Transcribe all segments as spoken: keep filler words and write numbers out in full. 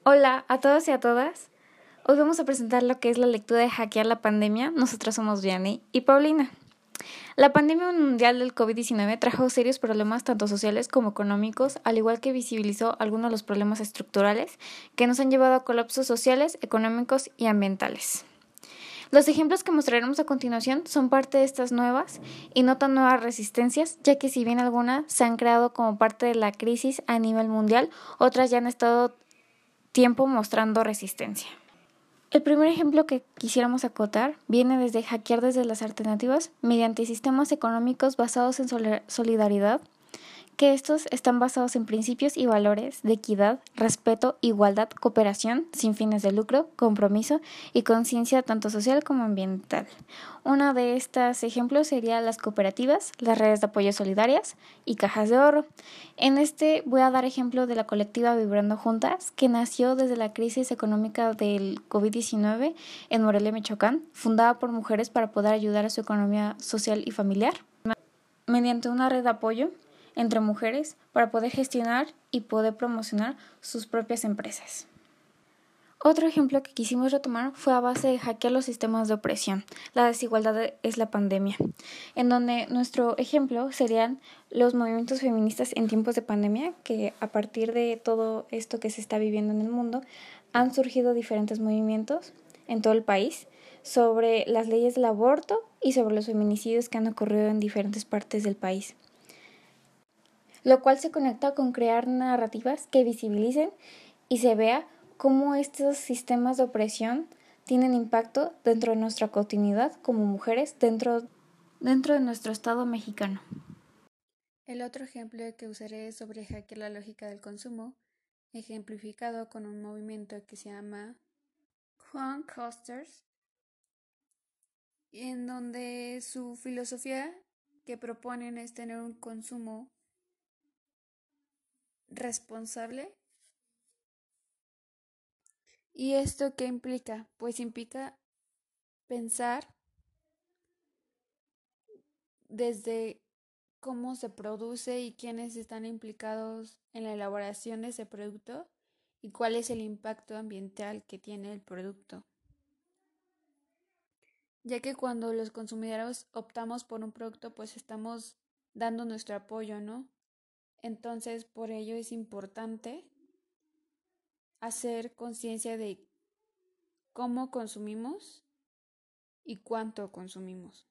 Hola a todos y a todas. Hoy vamos a presentar lo que es la lectura de Hackear la pandemia. Nosotras somos Vianney y Paulina. La pandemia mundial del COVID diecinueve trajo serios problemas tanto sociales como económicos, al igual que visibilizó algunos de los problemas estructurales que nos han llevado a colapsos sociales, económicos y ambientales. Los ejemplos que mostraremos a continuación son parte de estas nuevas y no tan nuevas resistencias, ya que si bien algunas se han creado como parte de la crisis a nivel mundial, otras ya han estado tiempo mostrando resistencia. El primer ejemplo que quisiéramos acotar viene desde hackear desde las alternativas mediante sistemas económicos basados en solidaridad, que estos están basados en principios y valores de equidad, respeto, igualdad, cooperación, sin fines de lucro, compromiso y conciencia tanto social como ambiental. Uno de estos ejemplos sería las cooperativas, las redes de apoyo solidarias y cajas de ahorro. En este voy a dar ejemplo de la colectiva Vibrando Juntas, que nació desde la crisis económica del COVID diecinueve en Morelia, Michoacán, fundada por mujeres para poder ayudar a su economía social y familiar mediante una red de apoyo entre mujeres para poder gestionar y poder promocionar sus propias empresas. Otro ejemplo que quisimos retomar fue a base de hackear los sistemas de opresión. La desigualdad es la pandemia, en donde nuestro ejemplo serían los movimientos feministas en tiempos de pandemia, que a partir de todo esto que se está viviendo en el mundo, han surgido diferentes movimientos en todo el país sobre las leyes del aborto y sobre los feminicidios que han ocurrido en diferentes partes del país, lo cual se conecta con crear narrativas que visibilicen y se vea cómo estos sistemas de opresión tienen impacto dentro de nuestra cotidianidad como mujeres dentro, dentro de nuestro estado mexicano. El otro ejemplo que usaré es sobre hackear la lógica del consumo, ejemplificado con un movimiento que se llama Juan Costers, en donde su filosofía que proponen es tener un consumo responsable. ¿Y esto qué implica? Pues implica pensar desde cómo se produce y quiénes están implicados en la elaboración de ese producto y cuál es el impacto ambiental que tiene el producto. Ya que cuando los consumidores optamos por un producto, pues estamos dando nuestro apoyo, ¿no? Entonces, por ello es importante hacer conciencia de cómo consumimos y cuánto consumimos.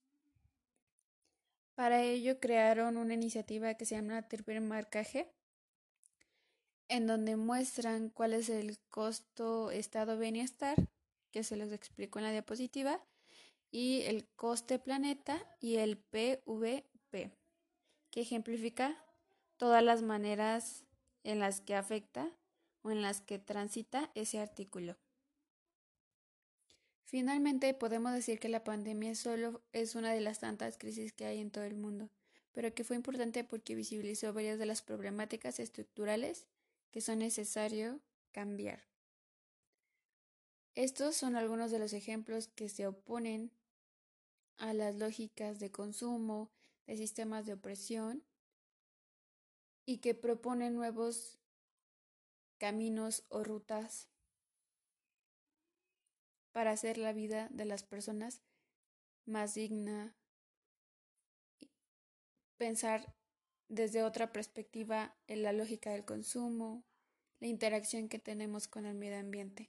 Para ello crearon una iniciativa que se llama Tercer Marcaje, en donde muestran cuál es el costo estado-bienestar, que se los explico en la diapositiva, y el coste planeta y el P V P, que ejemplifica todas las maneras en las que afecta o en las que transita ese artículo. Finalmente, podemos decir que la pandemia solo es una de las tantas crisis que hay en todo el mundo, pero que fue importante porque visibilizó varias de las problemáticas estructurales que son necesario cambiar. Estos son algunos de los ejemplos que se oponen a las lógicas de consumo, de sistemas de opresión y que proponen nuevos caminos o rutas para hacer la vida de las personas más digna, pensar desde otra perspectiva en la lógica del consumo, la interacción que tenemos con el medio ambiente.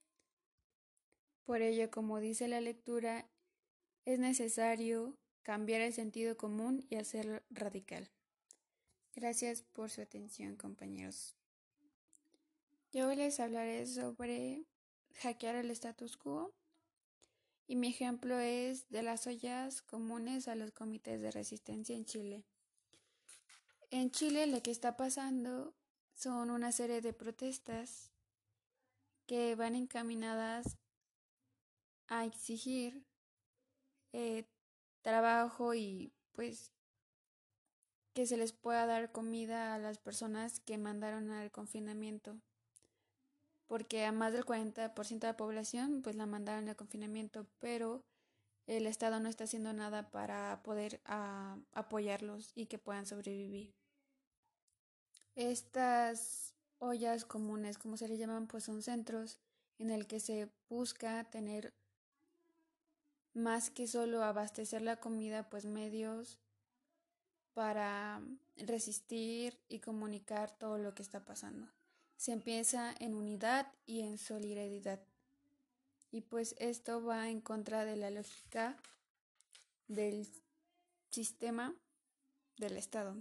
Por ello, como dice la lectura, es necesario cambiar el sentido común y hacerlo radical. Gracias por su atención, compañeros. Yo hoy les hablaré sobre hackear el status quo y mi ejemplo es de las ollas comunes a los comités de resistencia en Chile. En Chile lo que está pasando son una serie de protestas que van encaminadas a exigir eh, trabajo y pues que se les pueda dar comida a las personas que mandaron al confinamiento, porque a más del cuarenta por ciento de la población pues la mandaron al confinamiento, pero el Estado no está haciendo nada para poder uh, apoyarlos y que puedan sobrevivir. Estas ollas comunes, como se le llaman, pues son centros en el que se busca tener más que solo abastecer la comida, pues medios para resistir y comunicar todo lo que está pasando. Se empieza en unidad y en solidaridad. Y pues esto va en contra de la lógica del sistema del Estado,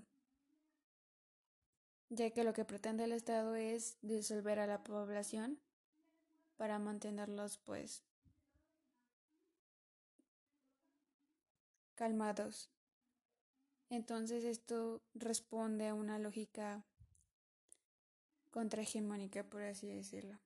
ya que lo que pretende el Estado es disolver a la población para mantenerlos pues calmados. Entonces esto responde a una lógica contrahegemónica, por así decirlo.